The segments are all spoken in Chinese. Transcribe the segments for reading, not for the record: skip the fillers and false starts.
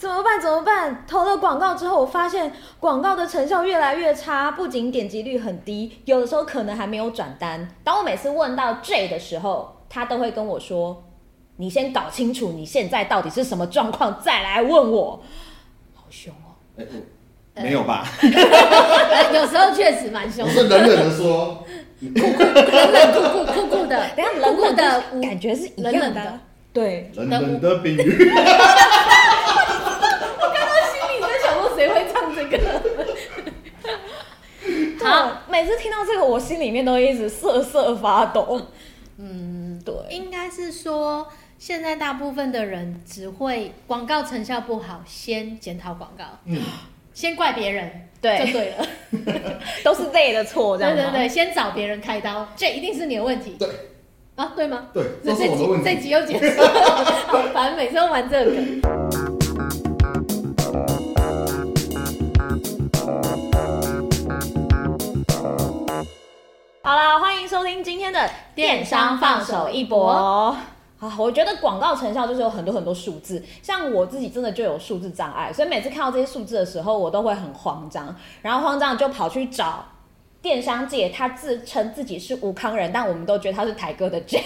怎么办？怎么办？投了广告之后，我发现广告的成效越来越差，不仅点击率很低，有的时候可能还没有转单。当我每次问到 J 的时候，他都会跟我说：“你先搞清楚你现在到底是什么状况，再来问我。”好凶哦！ 没有吧？ 有时候确实蛮凶。 我是冷冷的说， 冷酷的， 等一下冷酷的感觉是一样的， 冷冷的对， 冷冷的冰雨。 我刚刚心里在想说谁会唱这个。 好，每次听到这个，我心里面都一直瑟瑟发抖。对， 应该是说现在大部分的人只会广告成效不好，先检讨广告，先怪别人， 对就对了， 都是 Z 的错，这样吗？ 对对对，先找别人开刀，这一定是你的问题。 对。 啊，对吗？ 对， 那都是我的问题。 这集又结束了，反正每次都玩这个。 好啦，欢迎收听今天的电商放手一搏。我觉得广告成效就是有很多很多数字，像我自己真的就有数字障碍，所以每次看到这些数字的时候，我都会很慌张，然后慌张就跑去找电商界，他自称自己是吴康人，但我们都觉得他是台哥的 J。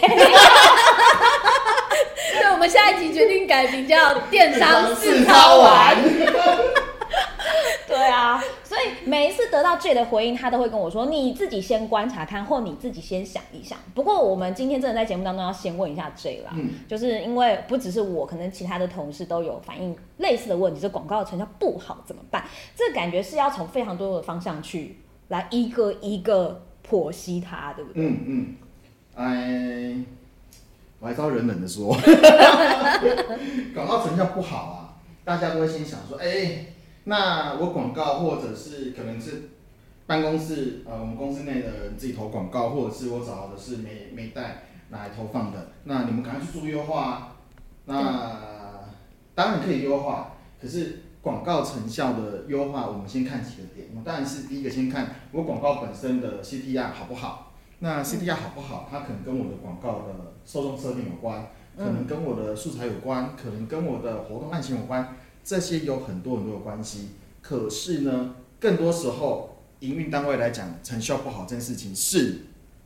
对，我们下一集决定改名叫电商四超玩。 对啊，所以每一次得到 J 的回应，他都会跟我说：“你自己先观察看，或你自己先想一想。”不过我们今天真的在节目当中要先问一下 J 啦，就是因为不只是我，可能其他的同事都有反映类似的问题，这广告成效不好怎么办？这感觉是要从非常多的方向去来一个一个剖析它，对不对？ 我还是要冷冷的说，广告成效不好啊，大家都会先想说，那我广告或者是可能是办公室我们公司内的人自己投广告，或者是我找的是媒代来投放的，那你们赶快去做优化啊。那当然可以优化，可是广告成效的优化，我们先看几个点。当然是第一个先看我广告本身的 CTR 好不好。那 CTR 好不好，它可能跟我的广告的受众设定有关，可能跟我的素材有关，可能跟我的活动案型有关，这些有很多很多的关系。可是呢，更多时候营运单位来讲，成效不好这件事情是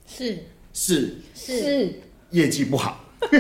业绩不好。 所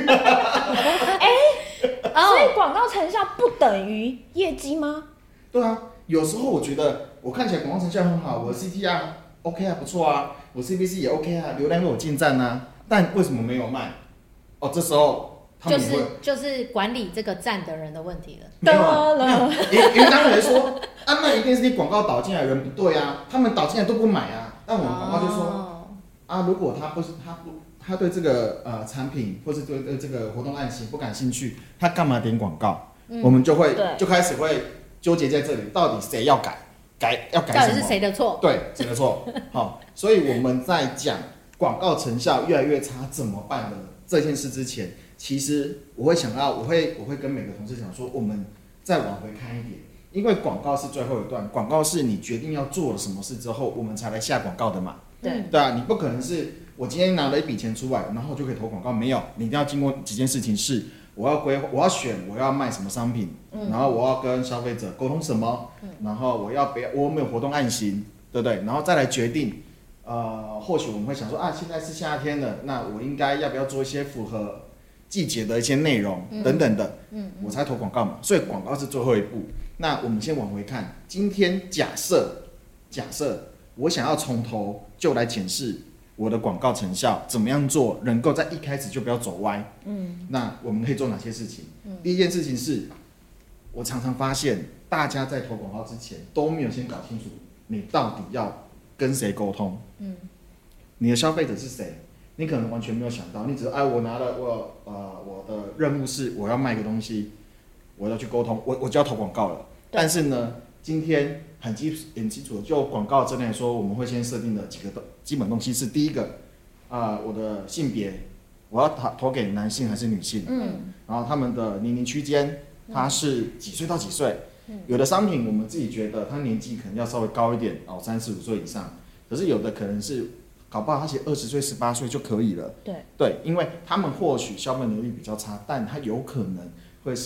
以广告成效不等于业绩吗？ 对啊，有时候我觉得我看起来广告成效很好，我的 CTR OK 啊，不错啊，我 CPC 也 OK 啊，流量都有进站啊，但为什么没有卖？这时候他们就是管理这个站的人的问题了。 没有啊，因为当然说，那一定是你广告导进来的人不对啊，他们导进来都不买啊。但我们广告就说，如果他对这个产品或是对这个活动案型不感兴趣，他干嘛点广告？我们就开始会纠结在这里，到底谁要改要改什么？ 到底是谁的错？ 对，谁的错？好，所以我们在讲广告成效越来越差怎么办的这件事之前，其实我会跟每个同事讲说，我们再往回看一点，因为广告是最后一段，广告是你决定要做了什么事之后，我们才来下广告的嘛。对啊，你不可能是我今天拿了一笔钱出来，然后就可以投广告，没有，你一定要经过几件事情是。我要选我要卖什么商品，然后我要跟消费者沟通什么，然后我有没有活动案型，对不对？然后再来决定，或许我们会想说现在是夏天了，那我应该要不要做一些符合季节的一些内容等等的，我才投广告嘛。所以广告是最后一步。那我们先往回看，今天假设我想要从头就来检视我的广告成效怎么样做，能够在一开始就不要走歪。那我们可以做哪些事情？第一件事情是，我常常发现大家在投广告之前都没有先搞清楚你到底要跟谁沟通。你的消费者是谁？你可能完全没有想到，你只是我拿了我的任务是我要卖个东西，我要去沟通，我就要投广告了。但是呢，今天很基础的，就广告这边来说，我们会先设定的几个基本东西是：第一个，我的性别，我要投给男性还是女性？然后他们的年龄区间，他是几岁到几岁？有的商品我们自己觉得他年纪可能要稍微高一点，35岁以上，可是有的可能是搞不好他写20岁、18岁就可以了。对，因为他们或许消费能力比较差，但他有可能会是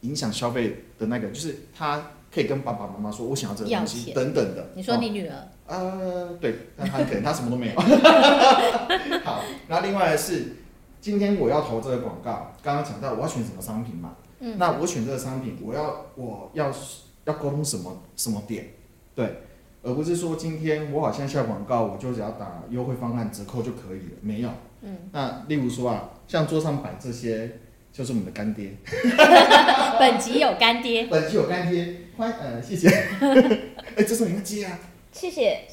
影响消费的那个，就是他可以跟爸爸妈妈说我想要这个东西等等的。 你说你女儿？ 对，但他可能他什么都没有。好，然后另外的是，今天我要投这个广告，刚刚讲到我要选什么商品嘛，那我选这个商品，我要沟通什么点，对，而不是说今天我好像下广告，我就只要打优惠方案折扣就可以了，没有。那例如说啊，像桌上摆这些，就是我们的干爹。 本集有干爹， 本集有干爹，谢谢。这是你们接啊。谢谢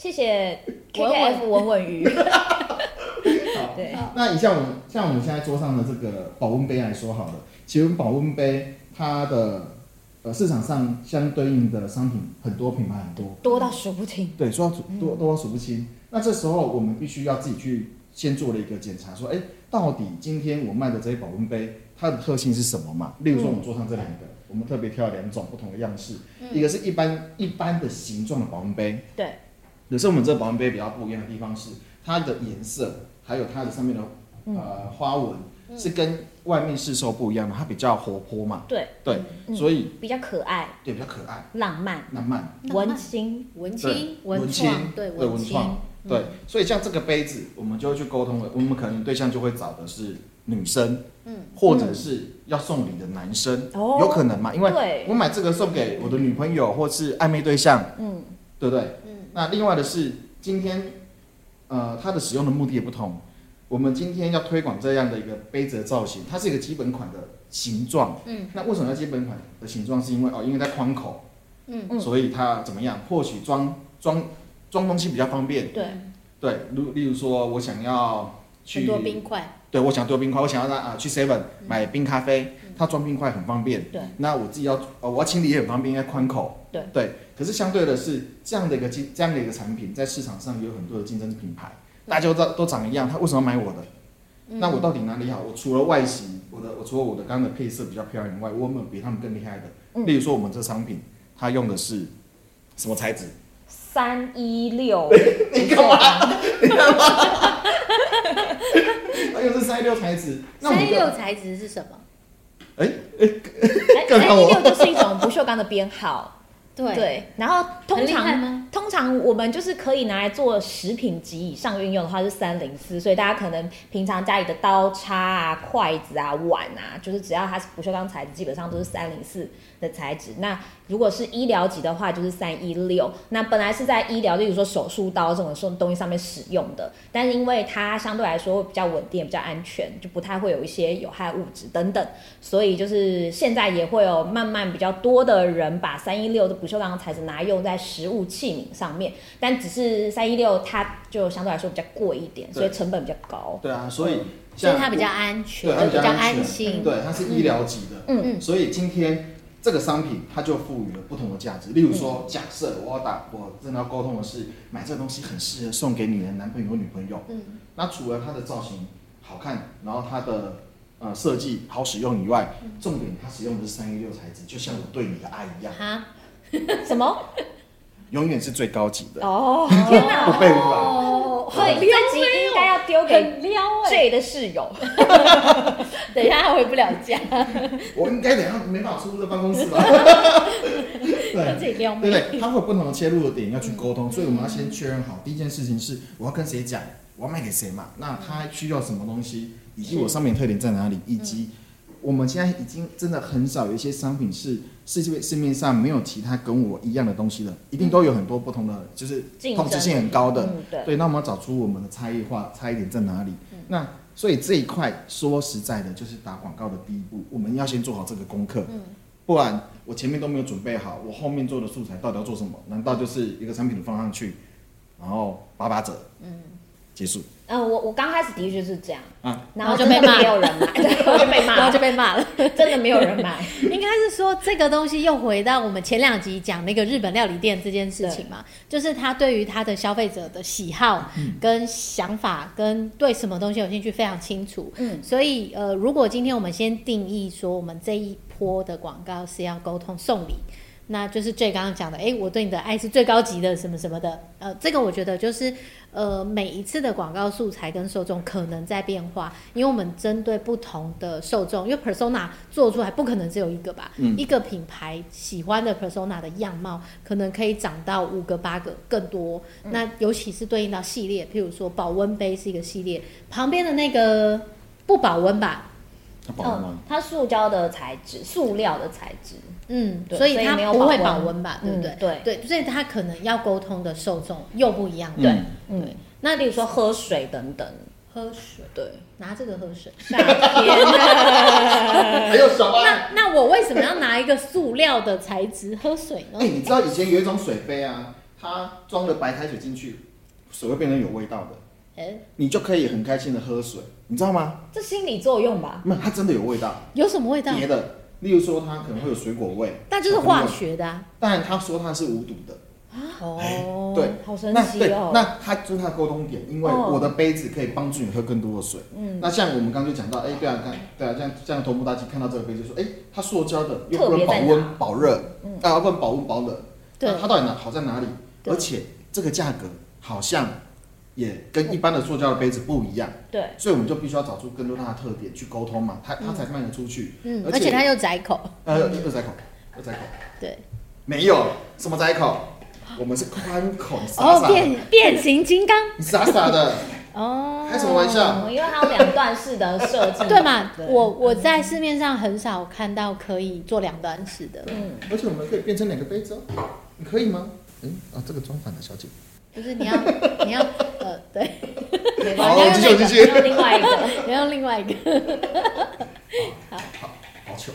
KKF 文文鱼。 好，对。那像我们现在桌上的这个保温杯来说好了，其实保温杯它的市场上相对应的商品很多，品牌很多到数不清。 对，说到多到数不清。那这时候我们必须要自己去先做了一个检查，说，到底今天我卖的这些保温杯，它的特性是什么嘛？例如说我们桌上这两个，我们特别挑了2种不同的样式，一个是一般的形状的保温杯， 对。 可是我们这个保温杯比较不一样的地方是，它的颜色还有它的上面的花纹是跟外面市售不一样的，它比较活泼嘛， 对， 所以比较可爱， 对，比较可爱， 浪漫，文青， 文创，对， 文创，对，所以像这个杯子，我们就会去沟通了，我们可能对象就会找的是女生，或者是要送礼的男生，有可能嘛？因为我买这个送给我的女朋友或是暧昧对象，对不对？那另外的是今天，它的使用的目的也不同。我们今天要推广这样的一个杯子的造型，它是一个基本款的形状。那为什么要基本款的形状？是因为在宽口，所以它怎么样？或许装东西比较方便。对，例如说我想要去很多冰块， 对，我想丢冰块，我想要去 Seven 买冰咖啡，它装冰块很方便。 对， 那我自己我要清理也很方便，因为宽口。对，可是相对的是这样的一个产品，在市场上有很多的竞争品牌，大家都长一样，他为什么要买我的？那我到底哪里好？我除了外形，我除了我的刚刚的配色比较漂亮以外，我有没有比他们更厉害的？例如说我们这商品，它用的是什么材质 ？316。 你干嘛？你干嘛？它用的是316材质。 316材质是什么 ？316就是一种不锈钢的编号。对，然后通常我们就是可以拿来做食品级以上运用的话是304，所以大家可能平常家里的刀叉啊、筷子啊、碗啊，就是只要它是不锈钢材质，基本上都是304的材质。那如果是医疗级的话，就是316。那本来是在医疗，例如说手术刀这种东西上面使用的，但是因为它相对来说比较稳定、比较安全，就不太会有一些有害物质等等，所以就是现在也会有慢慢比较多的人把316的不锈钢材质拿来用在食物器皿上面，但只是316它就相对来说比较贵一点，所以成本比较高。 对啊，所以它比较安全， 对， 比较安心。 对，它是医疗级的。所以今天这个商品它就赋予了不同的价值。例如说，假设我真的要沟通的是买这个东西很适合送给你的男朋友或女朋友。那除了它的造型好看，然后它的设计好使用以外，重点它使用的是316材质，就像我对你的爱一样。 什么？ 永远是最高级的天哪， 不被污染。 所以这集应该要丢给 J 的室友。 等一下他回不了家。 我应该等一下没办法出入这办公室吧？对不对？他会有不同的切入的点要去沟通，所以我们要先确认好。第一件事情是我要跟谁讲，我要卖给谁嘛？那他需要什么东西，以及我商品特点在哪里，以及我们现在已经真的很少有一些商品是市面上没有其他跟我一样的东西的，一定都有很多不同的，就是同质性很高的。对，那我们要找出我们的差异点在哪里？那所以这一块说实在的，就是打广告的第一步，我们要先做好这个功课。不然我前面都没有准备好，我后面做的素材到底要做什么？难道就是一个产品放上去，然后8折，结束？ 我刚开始的确是这样，然后就被骂， 没有人买，我就被骂， 然后就被骂了， 真的没有人买。 应该是说这个东西又回到我们前2集讲那个日本料理店这件事情嘛，就是他对于他的消费者的喜好跟想法跟对什么东西有兴趣非常清楚。所以如果今天我们先定义说我们这一波的广告是要沟通送礼， 那就是J刚刚讲的，我对你的爱是最高级的什么什么的，这个我觉得就是每一次的广告素材跟受众可能在变化，因为我们针对不同的受众，因为 persona 做出来不可能只有一个吧，一个品牌喜欢的 persona 的样貌可能可以长到5个8个更多，那尤其是对应到系列，譬如说保温杯是一个系列，旁边的那个不保温吧， 它塑胶的材质，塑料的材质， 所以它不会保温吧，对不对？对，所以它可能要沟通的受众又不一样，对。 那比如说喝水等等， 喝水， 对， 拿这个喝水， 夏天还有手啊。 那我为什么要拿一个塑料的材质喝水呢？ 你知道以前有一种水杯啊，它装了白开水进去，水会变成有味道的。你就可以很开心的喝水，你知道吗？ 这心理作用吧？ 没有，它真的有味道。 有什么味道？ 别的，例如说它可能会有水果味， 但就是化学的啊。 但他说它是无毒的。对， 好神奇哦。 那它就是它的沟通点，因为我的杯子可以帮助你喝更多的水。那像我们刚刚就讲到，对啊，这样头目大吉看到这个杯子说，它塑胶的，又不能保温保热，不能保温保冷，对，它到底好在哪里？而且这个价格好像也跟一般的塑胶的杯子不一样， 对， 所以我们就必须要找出更多它的特点去沟通嘛，它才卖得出去。 而且它又窄口， 又窄口， 对， 没有什么窄口，我们是宽口，傻傻的变形金刚， 你傻傻的开什么玩笑？ 因为它有2段式的设计， 对嘛？我在市面上很少看到可以做2段式的， 而且我们可以变成2个杯子哦，你可以吗？这个装反了，小姐。 就是你要对， 好，继续， 用另外一个， 你用另外一个， 好糗，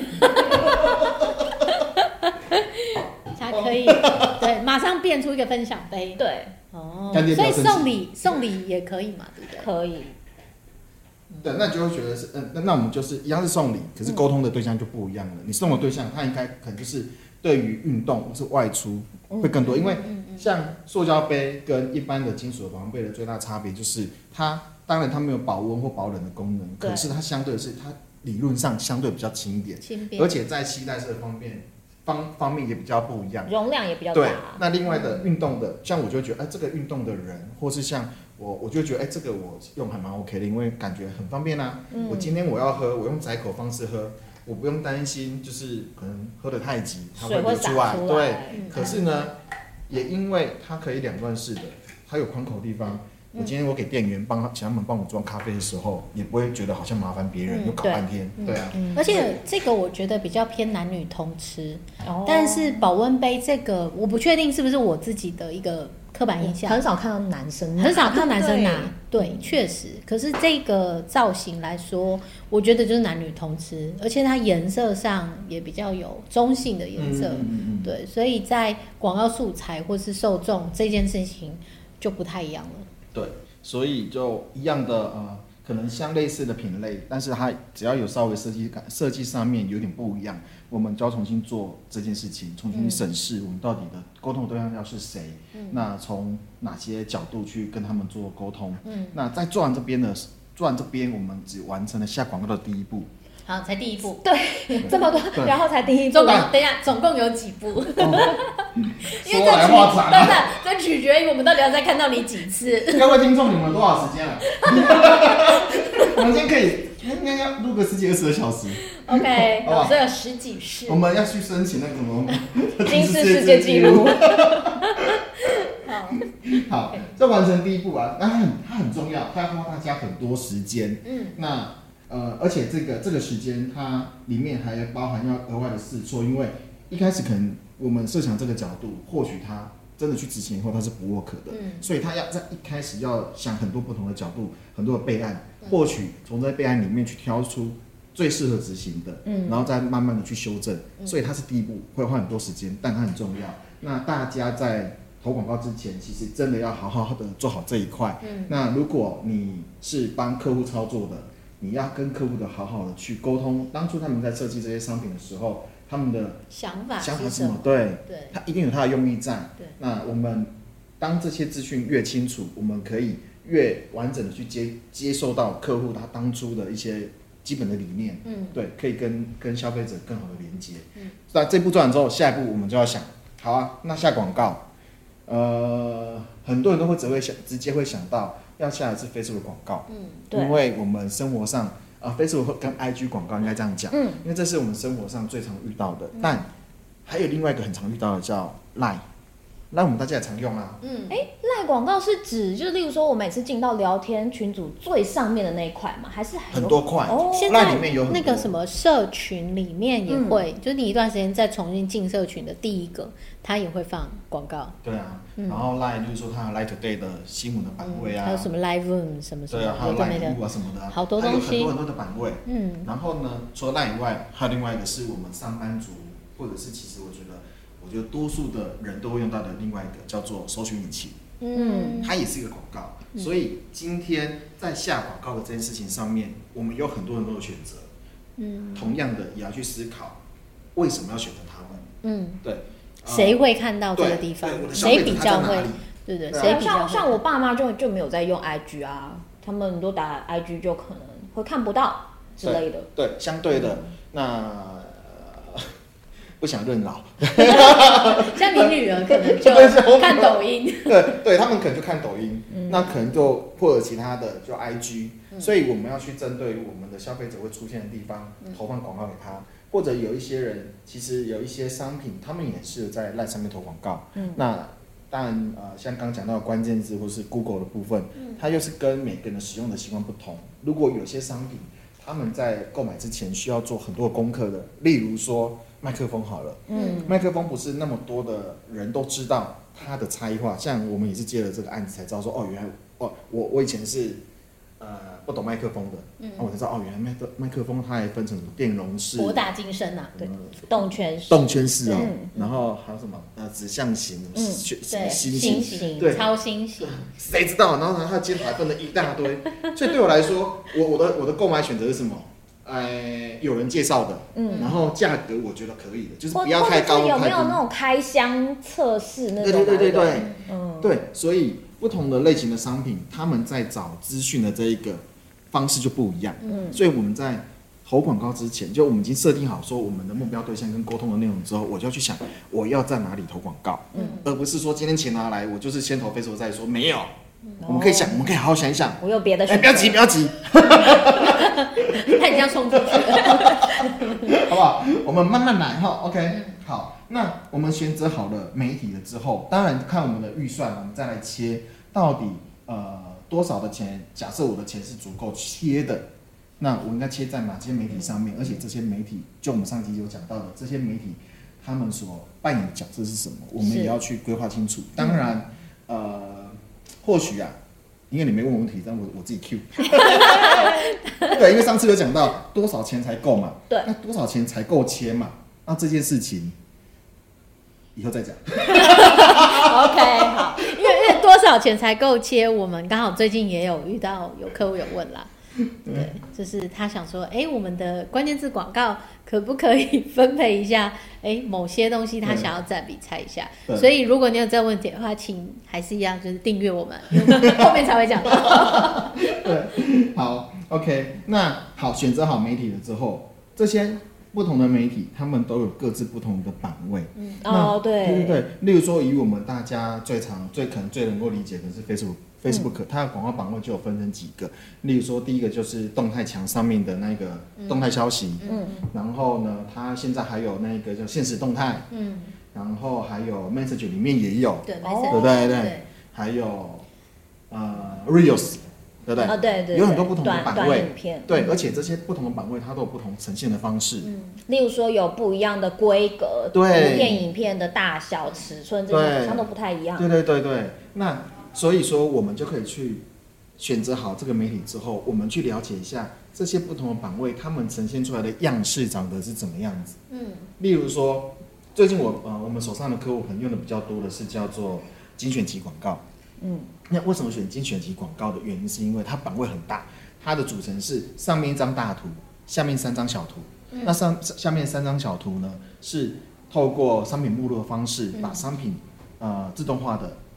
才可以，对，马上变出一个分享杯， 对， 所以送礼也可以嘛，对不对？ 可以， 对，那就会觉得是，那我们就是一样是送礼，可是沟通的对象就不一样了。你送的对象，他应该可能就是对于运动或是外出会更多，因为像塑胶杯跟一般的金属的保温杯的最大差别就是，当然它没有保温或保冷的功能，可是它相对的是它理论上相对比较轻一点，而且在携带式方面也比较不一样， 容量也比较大。 对，那另外的运动的，像我就觉得，这个运动的人，或是像我就觉得，这个我用还蛮 OK 的，因为感觉很方便啊。我今天我要喝，我用窄口方式喝，我不用担心就是可能喝得太急，它会流出来。对，可是呢，也因为它可以2段式的，它有宽口地方。我今天我给店员请他们帮我装咖啡的时候，也不会觉得好像麻烦别人，又搞半天，对啊。 而且这个我觉得比较偏男女通吃，但是保温杯这个我不确定是不是我自己的一个刻板印象， 很少看到男生拿， 很少看到男生拿，对，确实。可是这个造型来说，我觉得就是男女通吃，而且它颜色上也比较有中性的颜色，对，所以在广告素材或是受众这件事情就不太一样了。 对，所以就一样的可能相类似的品类，但是它只要有稍微设计上面有点不一样，我们就要重新做这件事情，重新审视我们到底的沟通对象要是谁，那从哪些角度去跟他们做沟通。那在做完这边，我们只完成了下广告的第一步。 好，才第一步。 对，这么多，然后才第一步。 等一下，总共有几步？因为这取决于我们到底要再看到你几次。 各位听众，你们多少时间了？我们今天可以应该要录个10几20个小时。 OK， 所以有10几次。 我们要去申请那个什么金氏世界纪录。 好，这完成第一步啊，它很重要，它要花大家很多时间。那而且这个时间它里面还包含要额外的试错，因为一开始可能我们设想这个角度，或许它真的去执行以后它是不 work 的，所以它要在一开始要想很多不同的角度，很多的备案，或许从这备案里面去挑出最适合执行的，然后再慢慢的去修正，所以它是第一步，会花很多时间，但它很重要。那大家在投广告之前，其实真的要好好的做好这一块。那如果你是帮客户操作的，你要跟客户的好好的去沟通，当初他们在设计这些商品的时候，他们的想法是什么？对，他一定有他的用意在。那我们当这些资讯越清楚，我们可以越完整的去接受到客户他当初的一些基本的理念，对，可以跟消费者更好的连接。那这步做完之后，下一步我们就要想，好啊，那下广告，很多人都会直接会想到要下的是 Facebook 的广告，因为我们生活上Facebook 跟 IG 广告应该这样讲，因为这是我们生活上最常遇到的，但还有另外一个很常遇到的叫 Line。那我们大家也常用啊。 赖广告是指，就是例如说，我每次进到聊天群组最上面的那一块吗？还是很多块？ 现在里面有很多那个什么社群里面也会，就是你一段时间再重新进社群的第一个，它也会放广告。 对啊，然后 Line 就是说它有 Line Today 的新闻的版位啊， 还有什么 Live Room 什么什么， 对啊，还有 Line 物啊什么的， 好多东西， 还有很多的版位。然后呢，除了 Line 以外，还有另外一个是我们上班族，或者是其实我觉得多数的人都会用到的另外一个叫做搜寻引擎，它也是一个广告，所以今天在下广告的这件事情上面，我们有很多的选择，同样的也要去思考为什么要选择他们，对， 谁会看到这个地方，谁比较会，对对，谁比较像我爸妈就没有在用 IG 啊，他们都打 IG 就可能会看不到之类的， 对，相对的那。不想认老， 像你女儿可能就看抖音， 对，他们可能就看抖音，那可能就或者其他的就 IG，所以我们要去针对我们的消费者会出现的地方投放广告给他，或者有一些人其实有一些商品，他们也是在 LINE 上面投广告，那当然像刚讲到的关键字或是 Google 的部分，它又是跟每个人的使用的习惯不同，如果有些商品他们在购买之前需要做很多的功课的，例如说麦克风好了，麦克风不是那么多的人都知道它的差异化，像我们也是接了这个案子才知道说，原来我以前是不懂麦克风的，我才知道原来麦克风它还分成电容式、 博大精深啊，对， 动圈式然后还有什么指向型、 心形， 对， 超心形， 谁知道？然后它的接头还分了一大堆，所以对我来说，我的购买选择是什么？有人介绍的，然后价格我觉得可以的，就是不要太高太低。 有没有那种开箱测试那种？ 对，所以不同的类型的商品，他们在找资讯的这一个方式就不一样。所以我们在投广告之前，就我们已经设定好说我们的目标对象跟沟通的内容之后，我就要去想我要在哪里投广告，而不是说今天钱拿来，我就是先投 Facebook 再说，没有。我们可以好好想一想。 我有别的选择。 不要急。 他已经要冲出去了， 好不好？我们慢慢来哈。OK， 好。那我们选择好了媒体了之后，当然看我们的预算，我们再来切到底多少的钱。假设我的钱是足够切的，那我应该切在哪些媒体上面？而且这些媒体，就我们上集有讲到的，这些媒体他们所扮演的角色是什么？我们也要去规划清楚。当然，或许啊，因为你没问我问题，但我自己 Q。对，因为上次有讲到多少钱才够嘛， 对， 那多少钱才够切嘛？那这件事情以后再讲。 OK， 好，因为多少钱才够切？我们刚好最近也有遇到有客户有问啦。对，就是他想说，我们的关键字广告可不可以分配一下？某些东西他想要占比猜一下。所以如果你有这个问题的话，请还是一样，就是订阅我们，后面才会讲到。 对，好 ，OK， 那好，选择好媒体了之后，这些不同的媒体，他们都有各自不同的版位。对，例如说，以我们大家可能最能够理解的是 Facebook，它的广告版位就有分成几个，例如说第一个就是动态墙上面的那个动态消息，然后呢，它现在还有那个叫限时动态，然后还有 Message 里面也有，对不对？还有Reels， 对不对？ 对， 有很多不同的版位，对，而且这些不同的版位它都有不同呈现的方式， 例如说有不一样的规格，对，影片的大小、尺寸这些好像都不太一样， 对，那。所以说，我们就可以去选择好这个媒体之后，我们去了解一下这些不同的版位，他们呈现出来的样式长得是怎么样子。例如说，最近我们手上的客户可能用的比较多的是叫做精选集广告。那为什么选精选集广告的原因，是因为它版位很大，它的组成是上面一张大图，下面3张小图。那下面3张小图呢，是透过商品目录的方式，把商品自动化的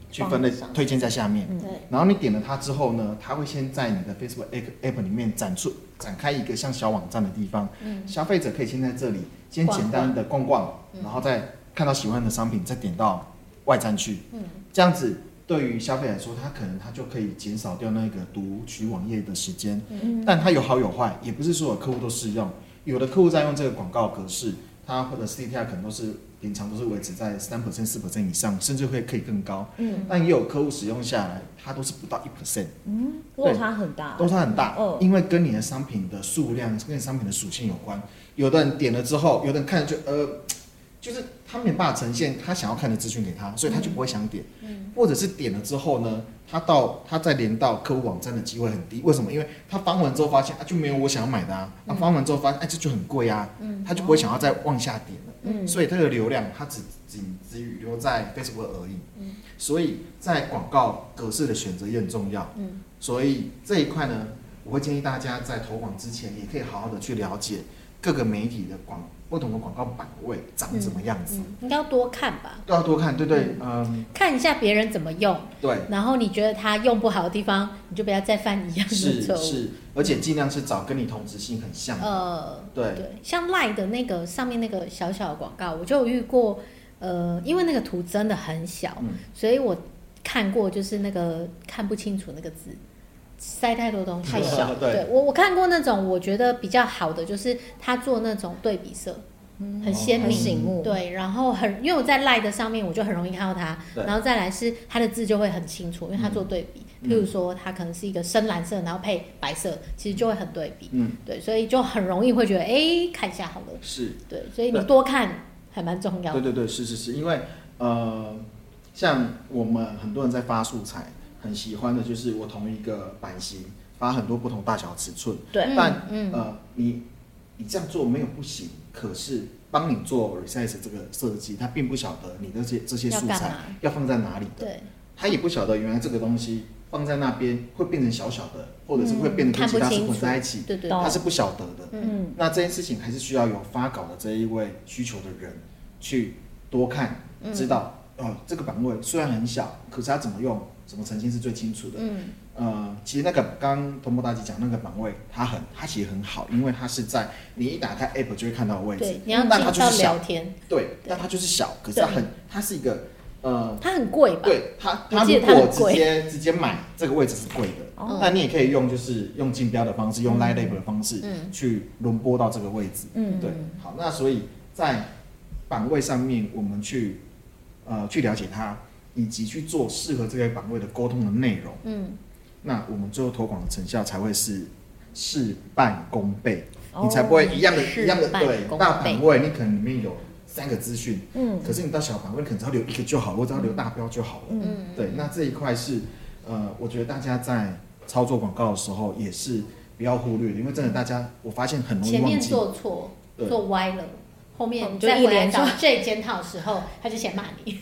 去分类推荐在下面。 对。 然后你点了它之后呢，它会先在你的 Facebook App 里面展开一个像小网站的地方，消费者可以先在这里先简单的逛逛，然后再看到喜欢的商品，再点到外站去。这样子对于消费来说，他就可以减少掉那个读取网页的时间。但它有好有坏，也不是所有客户都适用。有的客户在用这个广告格式，它或者 CTR 可能平常都是维持在3%、4% 以上，甚至可以更高。但也有客户使用下来，它都是不到1%。 落差很大。 落差很大。因为跟你的商品的数量、跟你商品的属性有关。有的人点了之后，有的人看了就是他没办法呈现他想要看的资讯给他，所以他就不会想点。或者是点了之后呢，他再连到客户网站的机会很低。为什么？因为他翻完之后发现就没有我想要买的啊。翻完之后发现这就很贵啊，他就不会想要再往下点了。所以这个流量它只余留在 Facebook 而已。所以在广告格式的选择也很重要。所以这一块呢，我会建议大家在投广之前，也可以好好的去了解各个媒体的不同的广告版位长怎么样子。 应该要多看吧？ 都要多看，对对。 看一下别人怎么用，对。然后你觉得他用不好的地方，你就不要再犯一样的错误。 是，而且尽量是找跟你同质性很像的。对。 像 LINE 的那个上面那个小小的广告，我就有遇过。因为那个图真的很小，所以我看过，就是那个看不清楚那个字。塞太多东西，太小。对，我看过那种，我觉得比较好的就是他做那种对比色，很鲜明、醒目。对，然后因为我在 LINE 的上面，我就很容易看到它，然后再来是它的字就会很清楚，因为它做对比。譬如说，它可能是一个深蓝色，然后配白色，其实就会很对比。对，所以就很容易会觉得，看一下好了。 是， 对，所以你多看还蛮重要的。 对，是，因为像我们很多人在发素材。很喜欢的就是我同一个版型发很多不同大小尺寸，对，但你这样做没有不行，可是帮你做 resize 这个设计，他并不晓得你的这些素材要放在哪里的，对，他也不晓得原来这个东西放在那边会变成小小的，或者是会变得跟其他是混在一起，对，他是不晓得的。那这件事情还是需要有发稿的这一位需求的人去多看，知道这个版位虽然很小，可是它怎么用？怎么呈现是最清楚的。其实那个刚刚同博大姐讲那个版位，它其实很好，因为它是在你一打开 App 就会看到的位置。 对，你要进到聊天。 对，但它就是小，可是它是一个它很贵吧？ 对，它如果直接买这个位置是贵的，但你也可以用竞标的方式，用 Light Label 的方式去轮播到这个位置。对，好，那所以在版位上面，我们去了解它。以及去做适合这个版位的沟通的内容，那我们最后投广的成效才会是事半功倍，你才不会一样的对大版位，你可能里面有3个资讯，可是你到小版位，你可能只要留1个就好了，或者要留大标就好了，对，那这一块是我觉得大家在操作广告的时候也是不要忽略的，因为真的大家我发现很容易忘记， 前面做错，做歪了。后面再回来找J检讨的时候，他就先骂你。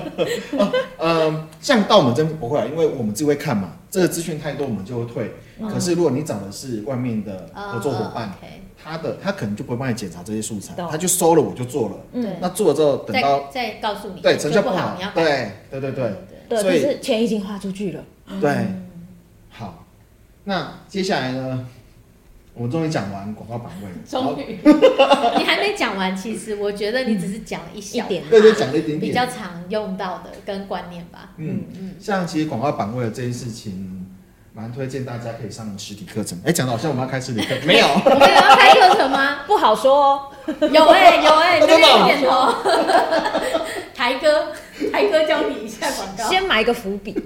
像到我们这边不会，因为我们自己会看嘛，这个资讯太多我们就会退。可是如果你找的是外面的合作伙伴，他可能就不会帮你检查这些素材，他就收了我就做了。那做了之后等到再告诉你， 对成效不好， 你要改。 对，所以钱已经花出去了。 对，好，那接下来呢？我们终于讲完广告版位了。 终于，你还没讲完。其实我觉得你只是讲了一点， 对，讲了一点点比较常用到的跟观念吧。 像其实广告版位的这件事情，蛮推荐大家可以上实体课程。讲的好像我们要开实体课，没有， 我们有要开课程吗？ 不好说。 有有真的点头。台哥教你一下广告， 先埋一个伏笔。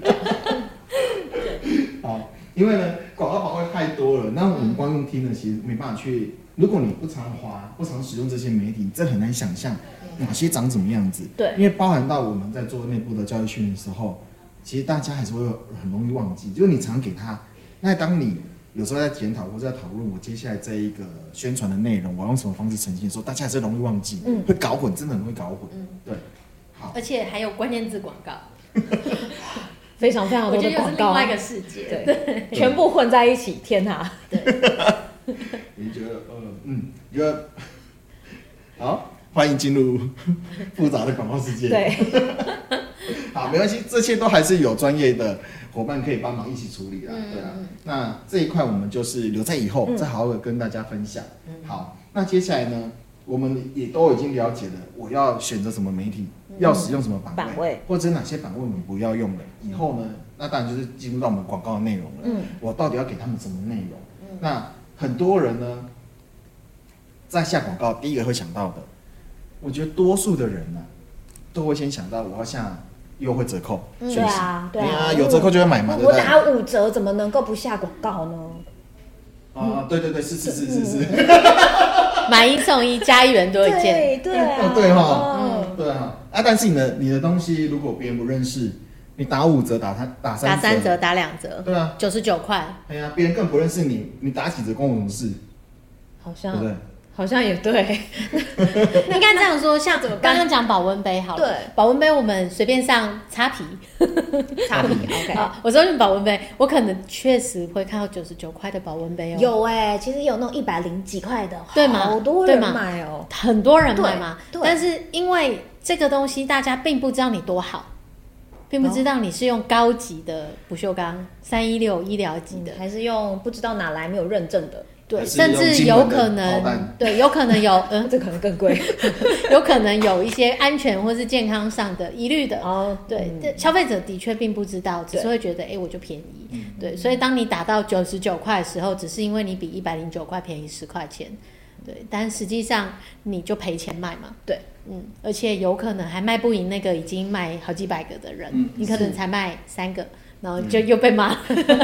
好。因为呢，广告版位太多了，那我们光用听呢，其实没办法去。如果你不常使用这些媒体，真的很难想象哪些长什么样子。对，因为包含到我们在做内部的教育训练的时候，其实大家还是会很容易忘记。就是你常给他，那当你有时候在检讨或者在讨论我接下来这一个宣传的内容，我要用什么方式呈现的时候，大家还是容易忘记，会搞混，真的很容易搞混。对，好， 而且还有关键字广告。 非常非常多的广告， 我觉得是另外一个世界， 对，全部混在一起，天哪！ 对，你觉得，好，欢迎进入复杂的广告世界。 对， 好，没关系，这些都还是有专业的伙伴可以帮忙一起处理啦，对啊。那这一块我们就是留在以后再好好的跟大家分享。好，那接下来呢，我们也都已经了解了，我要选择什么媒体，要使用什么版位，或者哪些版位我们不要用了。以后呢，那当然就是进入到我们广告的内容了。我到底要给他们什么内容？那很多人呢，在下广告第一个会想到的，我觉得多数的人呢，都会先想到我要下优惠折扣。 对啊，对啊， 有折扣就会买嘛，对不对？ 我打5折怎么能够不下广告呢？ 对对对，是， 买1送1加1元多1件。 对啊， 对哈，对啊。但是你的东西如果别人不认识，你打5折，打3折， 打2折， 对啊 ，99块。 哎呀，别人更不认识你，你打几折关我什么事？ 好像， 对不对？ 好像也对， 应该这样说，像刚刚讲保温杯好了， 对， 保温杯我们随便上擦皮 ，OK， 我说用保温杯，我可能确实会看到99块的保温杯哦。 有其实有那种100几块的， 对吗？ 好多人买哦， 很多人买嘛。 对， 但是因为这个东西大家并不知道你多好，并不知道你是用高级的不锈钢316医疗级的， 还是用不知道哪来没有认证的。 对，甚至有可能，对，有可能有， 这可能更贵， 有可能有一些安全或是健康上的疑虑的。对，消费者的确并不知道，只是会觉得，我就便宜。对，所以当你打到99块的时候，只是因为你比109块便宜10块钱。对，但实际上你就赔钱卖嘛。 对， 而且有可能还卖不赢那个已经卖好几百个的人，你可能才卖3个。然后就又被骂，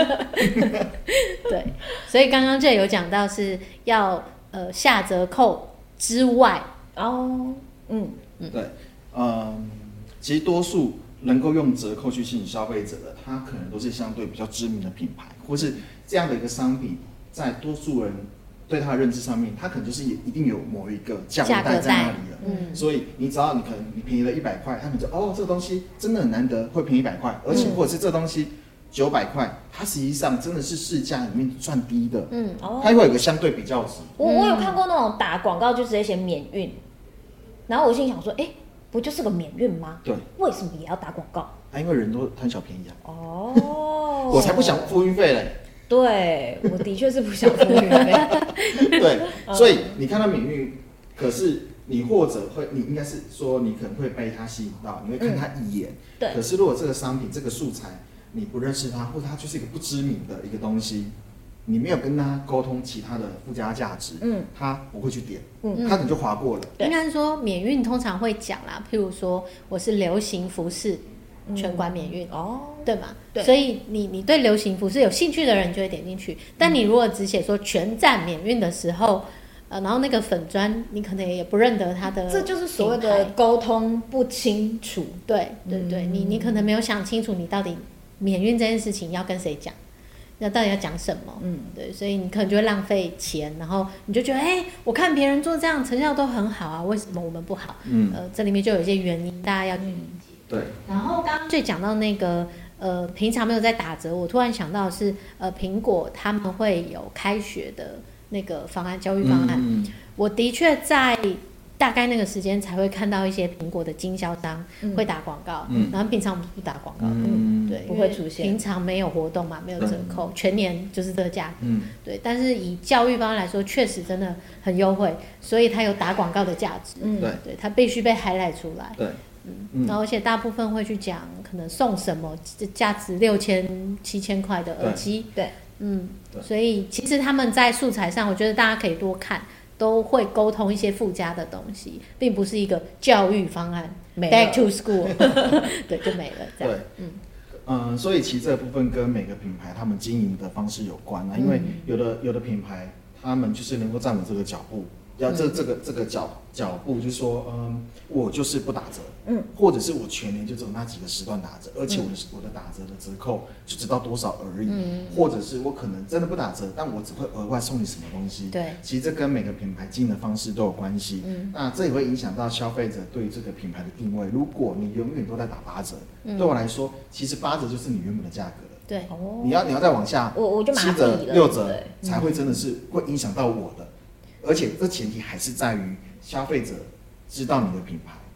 对，所以刚刚这有讲到是要下折扣之外， 对，其实多数能够用折扣去吸引消费者的，它可能都是相对比较知名的品牌，或是这样的一个商品，在多数人对它的认知上面，它可能就是一定有某一个价格带在那里了。所以你只要你可能你便宜了100块，他们就这个东西真的很难得会便宜100块，而且或者是这东西900块，它实际上真的是市价里面算低的。它会有一个相对比较值。 我有看过那种打广告就直接写免运，然后我心想说，不就是个免运吗？ 对， 为什么也要打广告？ 因为人都贪小便宜啊。我才不想付运费嘞。 对，我的确是不想付运费。 对，所以你看到免运，可是你或者会，你应该是说你可能会被它吸引到，你会看它一眼。 对。 可是如果这个商品、这个素材你不认识它，或者它就是一个不知名的一个东西，你没有跟他沟通其他的附加价值，他不会去点，他可能就划过了。 应该说免运通常会讲啦，譬如说我是流行服饰。全馆免运对吗？对，所以你对流行服饰有兴趣的人就会点进去，但你如果只写说全站免运的时候，然后那个粉专你可能也不认得它的， 这就是所谓的沟通不清楚。 对，你可能没有想清楚你到底免运这件事情要跟谁讲，那到底要讲什么？对，所以你可能就会浪费钱，然后你就觉得，我看别人做这样成效都很好啊，为什么我们不好？这里面就有一些原因，大家要去理解。 对。 然后刚刚最讲到那个平常没有在打折，我突然想到是苹果他们会有开学的那个方案，教育方案。我的确在大概那个时间才会看到一些苹果的经销商会打广告，然后平常我们不打广告的，对， 不会出现。 平常没有活动嘛，没有折扣，全年就是这个价格，对。但是以教育方案来说，确实真的很优惠，所以它有打广告的价值，对，它必须被 highlight 出来， 对。 然后而且大部分会去讲可能送什么价值6000、7000块的耳机， 对， 所以其实他们在素材上，我觉得大家可以多看，都会沟通一些附加的东西，并不是一个教育方案 ，back to school， 对，就没了，这样，所以其实这部分跟每个品牌他们经营的方式有关啊，因为有的品牌他们就是能够站稳这个脚步。要这个脚步，就是说，我就是不打折，或者是我全年就只有那几个时段打折，而且我的打折的折扣就只到多少而已，或者是我可能真的不打折，但我只会额外送你什么东西。 对， 其实这跟每个品牌经营的方式都有关系。那这也会影响到消费者对这个品牌的定位。如果你永远都在打8折，对我来说，其实8折就是你原本的价格了。 对， 你要再往下， 我就 7折、6折才会真的是会影响到我的。而且这前提还是在于消费者知道你的品牌，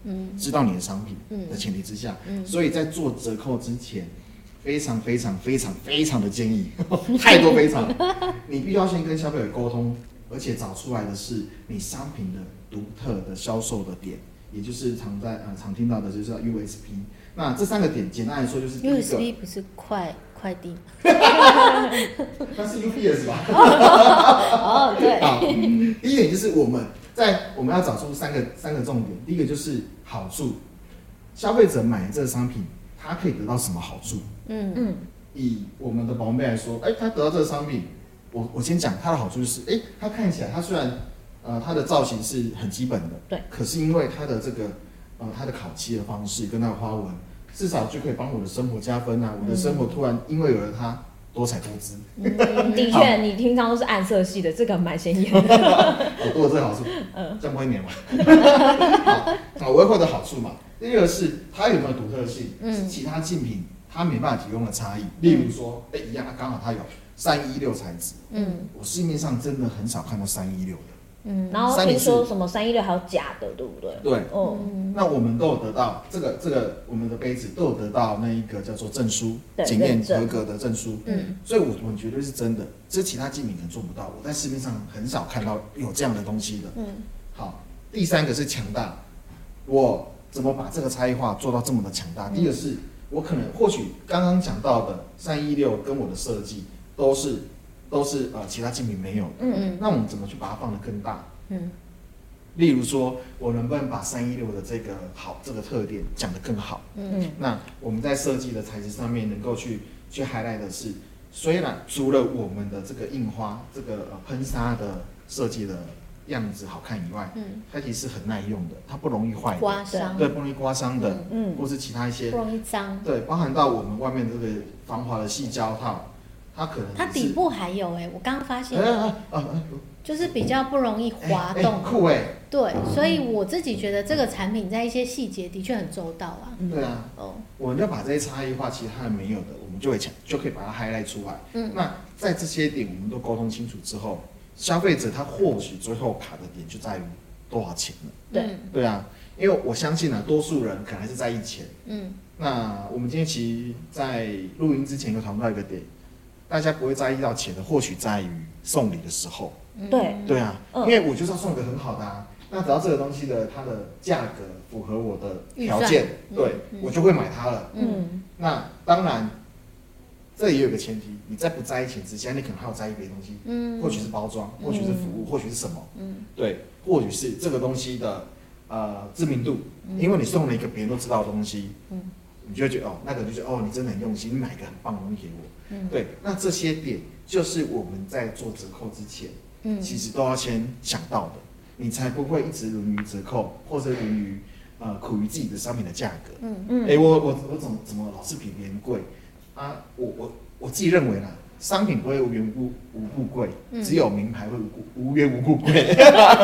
知道你的商品的前提之下，所以在做折扣之前，非常非常非常非常的建议，太多非常，你必须要先跟消费者沟通，而且找出来的是你商品的独特的销售的点，也就是常听到的就是 USP。那这3个点，简单来说就是第一个 USB 不是快递， 那是 UPS 吧？ 哦，对。 好，第一点就是我们要找出三个重点。第一个就是好处，消费者买这个商品，他可以得到什么好处？以我们的保温杯来说，他得到这个商品，我先讲它的好处就是，它看起来它虽然它的造型是很基本的， 对， 可是因为它的这个它的烤漆的方式跟它的花纹，至少就可以帮我的生活加分啊！我的生活突然因为有了它，多彩多姿。 的确，你平常都是暗色系的，这个蛮显眼的。 我多了这个好处，这样不会黏完。好，我会获得好处嘛。第二个是它有没有独特性，是其他竞品它没办法提供的差异。例如说，一样，刚好它有316材质，我市面上真的很少看到316的。 然后听说什么316还有假的，对不对？ 对，那我们都有得到这个我们的杯子都有得到那一个叫做证书，检验合格的证书。所以我绝对是真的，这其他竞品可能做不到，我在市面上很少看到有这样的东西的。好，第三个是强大，我怎么把这个差异化做到这么的强大？第一个是我可能或许刚刚讲到的316跟我的设计都是其他竞品没有的。那我们怎么去把它放得更大？例如说，我能不能把316的这个特点讲得更好？那我们在设计的材质上面能够去 highlight 的是，虽然除了我们的这个印花、这个喷砂的设计的样子好看以外，它其实很耐用的，它不容易坏的， 刮伤， 对，不容易刮伤的，或是其他一些不容易脏， 对，包含到我们外面这个防滑的细胶套。它底部还有我刚刚发现，就是比较不容易滑动， 酷对，所以我自己觉得这个产品在一些细节的确很周到啊。 对啊，我们要把这些差异化，其他人没有的，我们就可以把它 highlight 出来。那在这些点我们都沟通清楚之后，消费者他或许最后卡的点就在于多少钱了。对啊，因为我相信多数人可能还是在意钱。那我们今天其实在录音之前有讨论到一个点。大家不会在意到钱的，或许在于送礼的时候。对啊，因为我就是要送个很好的啊。那只要这个东西的它的价格符合我的条件，对，我就会买它了。那当然，这也有个前提，你在不在意钱之下，你可能还有在意别的东西。或许是包装，或许是服务，或许是什么。对，或许是这个东西的知名度，因为你送了一个别人都知道的东西。你就会觉得那个就觉得你真的很用心，你买一个很棒的东西给我。对，那这些点就是我们在做折扣之前，其实都要先想到的，你才不会一直沦于折扣，或者沦于苦于自己的商品的价格。我怎么老是比别人贵啊？我自己认为啦，商品不会无缘无故贵，只有名牌会无缘无故贵。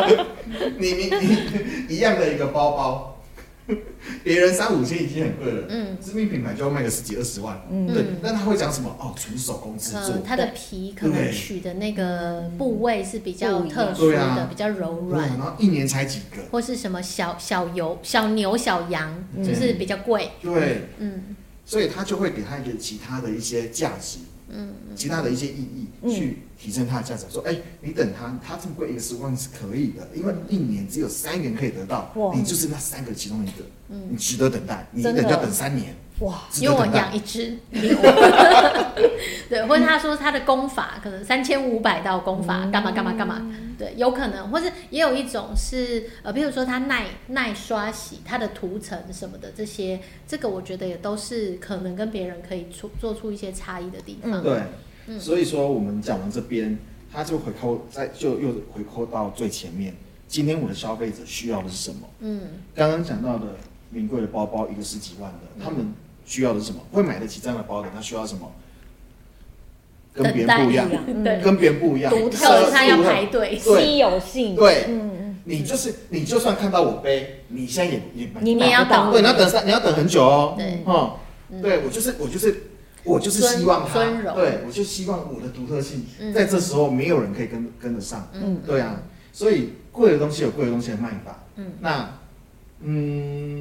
你一样的一个包包。别人3-5千已经很贵了，知名品牌就要卖个10几20万，对，但他会讲什么？纯手工制作， 它的皮可能取的那个部位是比较特殊的，比较柔软， 然后1年才几个， 或是什么小牛、小羊，就是比较贵， 对，所以他就会给他一个其他的一些价值，其他的一些意义去提升它的价值。说，你等它这么贵，10万是可以的，因为1年只有3个人可以得到，你就是那3个其中一个，你值得等待，你一等就要等3年。 哇！因为我养1只，对，或者他说他的功法可能3500道功法，干嘛，对，有可能，或是也有一种是比如说他耐刷洗，它的涂层什么的这个我觉得也都是可能跟别人可以做出一些差异的地方。 对，所以说我们讲完这边，他就又回扣到最前面，今天我的消费者需要的是什么？刚刚讲到的名贵的包包，一个10几万的，他们需要的是什么？会买得起这样的包的，他需要什么？跟别人不一样，跟别人不一样， 独特，他要排队， 稀有性。 对，你就算看到我背，你现在你也要等， 对，你要等很久哦。对，我就是希望它，对，我就希望我的独特性，在这时候没有人可以跟得上。对啊，所以贵的东西有贵的东西的卖法。那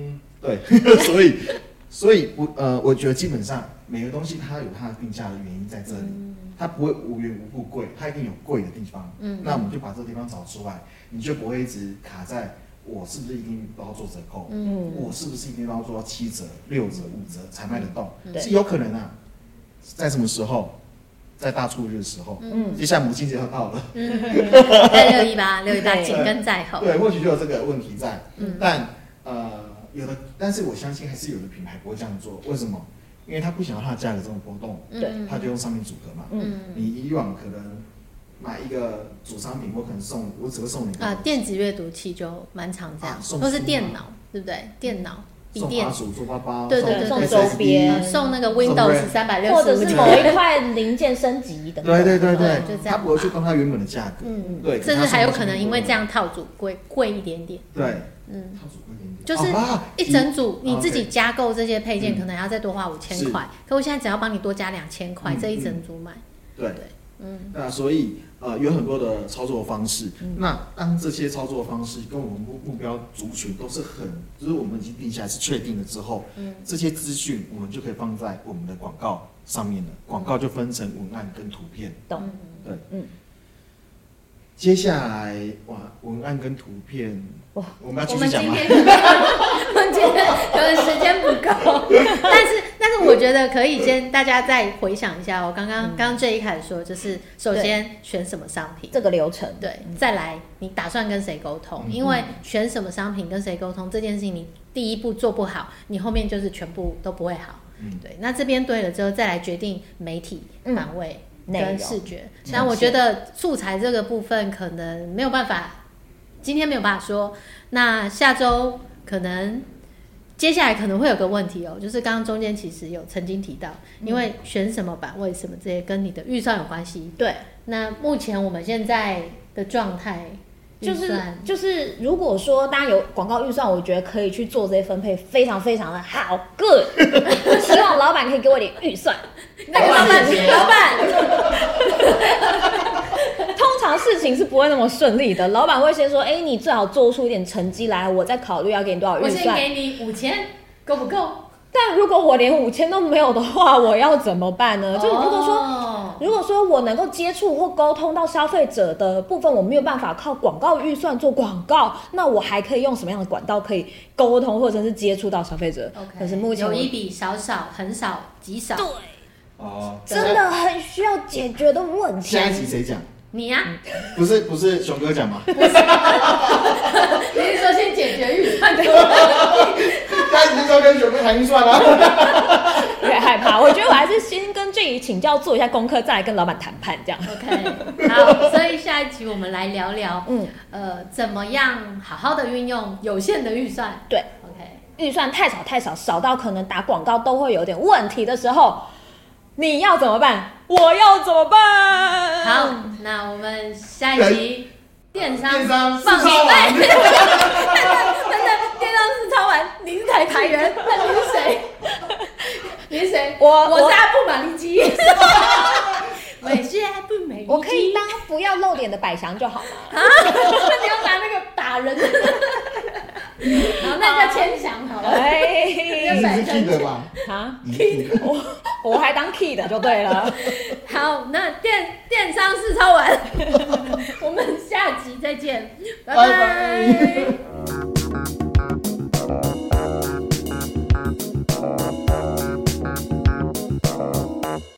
对，所以我觉得基本上每个东西它有它的定价的原因在这里，它不会无缘无故贵，它一定有贵的地方。那我们就把这个地方找出来，你就不会一直卡在我是不是一定都要做折扣，我是不是一定都要做到7折、6折、5折才卖得动？是有可能啊，在什么时候？在大促日的时候，接下来母亲节要到了， 在618紧跟在后， 对，或许就有这个问题在，但但是我相信还是有的品牌不会这样做，为什么？因为他不想要它的价格这种波动，他就用商品组合嘛，你以往可能买一个主商品，我可能我只会送你电子阅读器就蛮常这样，或是电脑，对不对？电脑。 送滑鼠、做包包， 对， 送周边， 送那个 Windows 365， 或者是某一块零件升级等等。 对， 就这样。 它不会去动它原本的价格，对， 甚至还有可能因为这样套组贵一点点。 对，套组贵一点点， 就是一整组你自己加购这些配件，可能要再多花5000块，可我现在只要帮你多加2000块，这一整组买。 对，那所以有很多的操作方式。那当这些操作方式跟我们目标族群都是就是我们已经定下来是确定了之后，这些资讯我们就可以放在我们的广告上面了。广告就分成文案跟图片。 懂。 对。接下来文案跟图片，我们要继续讲吗？ 我们今天可能时间不够，但是我觉得可以先大家再回想一下。我刚刚最一开始说，就是首先选什么商品， 这个流程， 对，再来你打算跟谁沟通，因为选什么商品跟谁沟通这件事情，你第一步做不好，你后面就是全部都不会好。对，那这边对了之后，再来决定媒体版位。跟视觉，但我觉得素材这个部分可能没有办法，今天没有办法说。那下周可能接下来可能会有个问题哦，就是刚刚中间其实有曾经提到，因为选什么版位什么这些跟你的预算有关系。 对，那目前我们现在的状态。 就是如果说大家有广告预算，我觉得可以去做这些分配，非常非常的好 ，good。希望老板可以给我点预算。 那个老板， 通常事情是不会那么顺利的。老板会先说：“你最好做出一点成绩来，我再考虑要给你多少预算。” 我先给你5000，够不够？ 但如果我连5000都没有的话，我要怎么办呢？就如果说我能够接触或沟通到消费者的部分，我没有办法靠广告预算做广告，那我还可以用什么样的管道可以沟通或者是接触到消费者？可是目前有一笔少很少极少， 对，真的很需要解决的问题。 下一集谁讲？ 你呀？ 不是熊哥讲吗？ 不是，你是说先解决预算？ 下一集就跟熊哥谈预算了。 有点害怕，我觉得我还是先跟J请教，做一下功课，再来跟老板谈判这样。 OK， 好，所以下一集我们来聊聊，怎么样好好的运用有限的预算。 对 ，OK， 预算太少，少到可能打广告都会有点问题的时候，你要怎么办？我要怎么办？ 好，那我们下一集电商放超完。 电商是超完，你是台员，那你是谁？你是谁？我是阿布玛丽基。我也是阿布玛丽基。 我可以当不要露脸的百祥就好了。 那你要拿那个打人的。好，那叫千祥好了。 你是 key 的吧？ key， 我还当 key 的就对了。 好，那电商是超完，我们下集再见，拜拜。